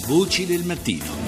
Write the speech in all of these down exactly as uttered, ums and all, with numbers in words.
Voci del mattino.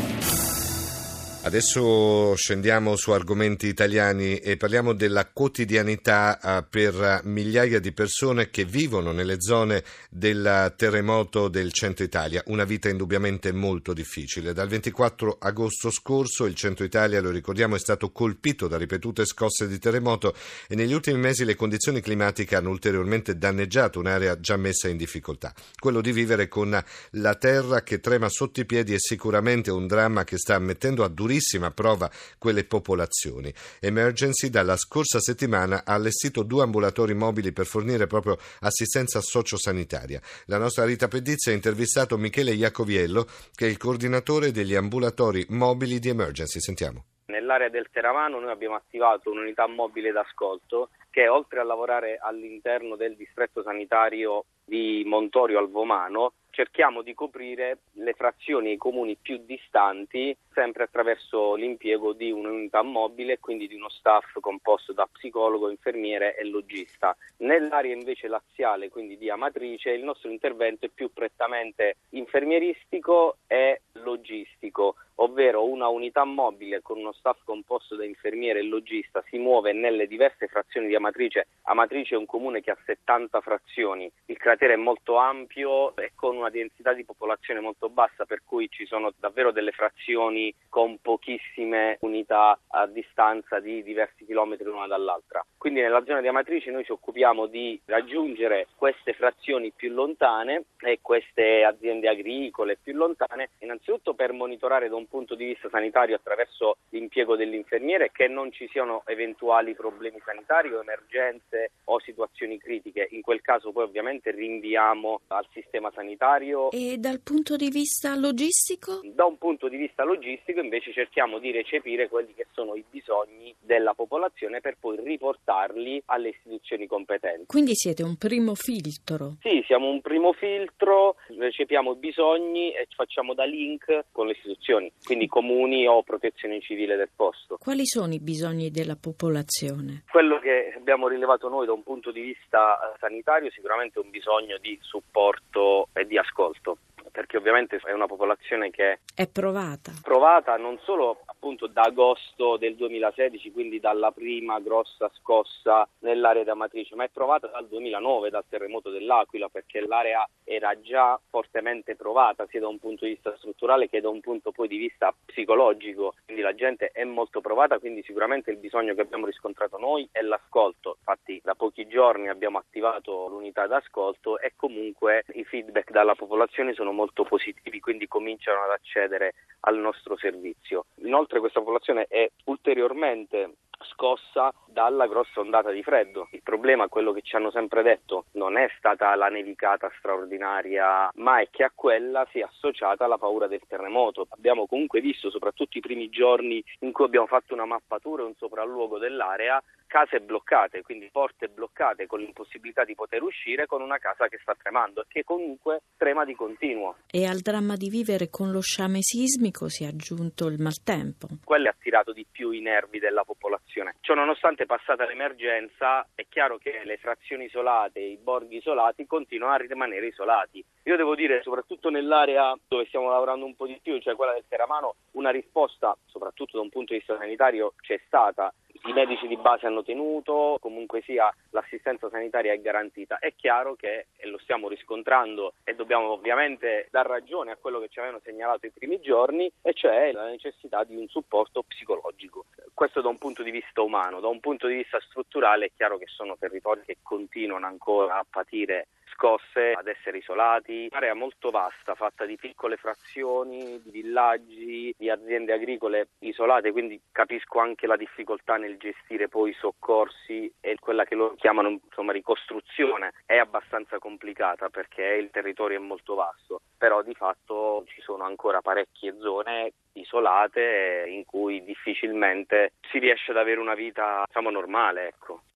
Adesso scendiamo su argomenti italiani e parliamo della quotidianità per migliaia di persone che vivono nelle zone del terremoto del centro Italia. Una vita indubbiamente molto difficile. Dal ventiquattro agosto scorso il centro Italia, lo ricordiamo, è stato colpito da ripetute scosse di terremoto e negli ultimi mesi le condizioni climatiche hanno ulteriormente danneggiato un'area già messa in difficoltà. Quello di vivere con la terra che trema sotto i piedi è sicuramente un dramma che sta mettendo a durissima prova quelle popolazioni. Emergency dalla scorsa settimana ha allestito due ambulatori mobili per fornire proprio assistenza sociosanitaria. La nostra Rita Pedizzi ha intervistato Michele Iacoviello, che è il coordinatore degli ambulatori mobili di Emergency. Sentiamo. Nell'area del Teramano noi abbiamo attivato un'unità mobile d'ascolto che, oltre a lavorare all'interno del distretto sanitario di Montorio Alvomano, cerchiamo di coprire le frazioni e i comuni più distanti sempre attraverso l'impiego di un'unità mobile e quindi di uno staff composto da psicologo, infermiere e logista. Nell'area invece laziale, quindi di Amatrice, il nostro intervento è più prettamente infermieristico e logistico, ovvero una unità mobile con uno staff composto da infermiere e logista si muove nelle diverse frazioni di Amatrice. Amatrice è un comune che ha settanta frazioni, il cratere è molto ampio e con una densità di popolazione molto bassa, per cui ci sono davvero delle frazioni con pochissime unità a distanza di diversi chilometri l'una dall'altra. Quindi nella zona di Amatrice noi ci occupiamo di raggiungere queste frazioni più lontane e queste aziende agricole più lontane, innanzitutto per monitorare da un punto di vista sanitario attraverso l'impiego dell'infermiere che non ci siano eventuali problemi sanitari o emergenze o situazioni critiche. In quel caso poi ovviamente rinviamo al sistema sanitario. E dal punto di vista logistico? Da un punto di vista logistico invece cerchiamo di recepire quelli che sono i bisogni della popolazione per poi riportarli alle istituzioni competenti. Quindi siete un primo filtro? Sì, siamo un primo filtro, recepiamo i bisogni e facciamo da link con le istituzioni, quindi comuni o protezione civile del posto. Quali sono i bisogni della popolazione? Quello che abbiamo rilevato noi da un punto di vista sanitario sicuramente è un bisogno di supporto e di ascolto, perché ovviamente è una popolazione che è provata. Provata non solo appunto da agosto del duemilasedici, quindi dalla prima grossa scossa nell'area di Amatrice, ma è provata dal duemilanove, dal terremoto dell'Aquila, perché l'area era già fortemente provata sia da un punto di vista strutturale che da un punto poi di vista psicologico, quindi la gente è molto provata, quindi sicuramente il bisogno che abbiamo riscontrato noi è l'ascolto. Infatti da pochi giorni abbiamo attivato l'unità d'ascolto e comunque i feedback dalla popolazione sono molto positivi, quindi cominciano ad accedere al nostro servizio. Inoltre questa popolazione è ulteriormente scossa dalla grossa ondata di freddo. Il problema, quello che ci hanno sempre detto, non è stata la nevicata straordinaria, ma è che a quella si è associata la paura del terremoto. Abbiamo comunque visto, soprattutto i primi giorni in cui abbiamo fatto una mappatura e un sopralluogo dell'area, case bloccate, quindi porte bloccate con l'impossibilità di poter uscire, con una casa che sta tremando e che comunque trema di continuo. E al dramma di vivere con lo sciame sismico si è aggiunto il maltempo. Quello ha attirato di più i nervi della popolazione. Ciò nonostante, passata l'emergenza, è chiaro che le frazioni isolate, i borghi isolati continuano a rimanere isolati. Io devo dire, soprattutto nell'area dove stiamo lavorando un po' di più, cioè quella del Teramano, una risposta, soprattutto da un punto di vista sanitario, c'è stata. I medici di base hanno tenuto, comunque sia l'assistenza sanitaria è garantita. È chiaro che, e lo stiamo riscontrando, e dobbiamo ovviamente dar ragione a quello che ci avevano segnalato i primi giorni, e cioè la necessità di un supporto psicologico. Questo da un punto di vista umano. Da un punto di vista strutturale è chiaro che sono territori che continuano ancora a patire scosse, ad essere isolati. Un'area molto vasta, fatta di piccole frazioni, di villaggi, di aziende agricole isolate, quindi capisco anche la difficoltà nel gestire poi i soccorsi e quella che loro chiamano insomma ricostruzione. È abbastanza complicata perché il territorio è molto vasto, però di fatto ci sono ancora parecchie zone isolate in cui difficilmente si riesce ad avere una vita, diciamo, normale, ecco.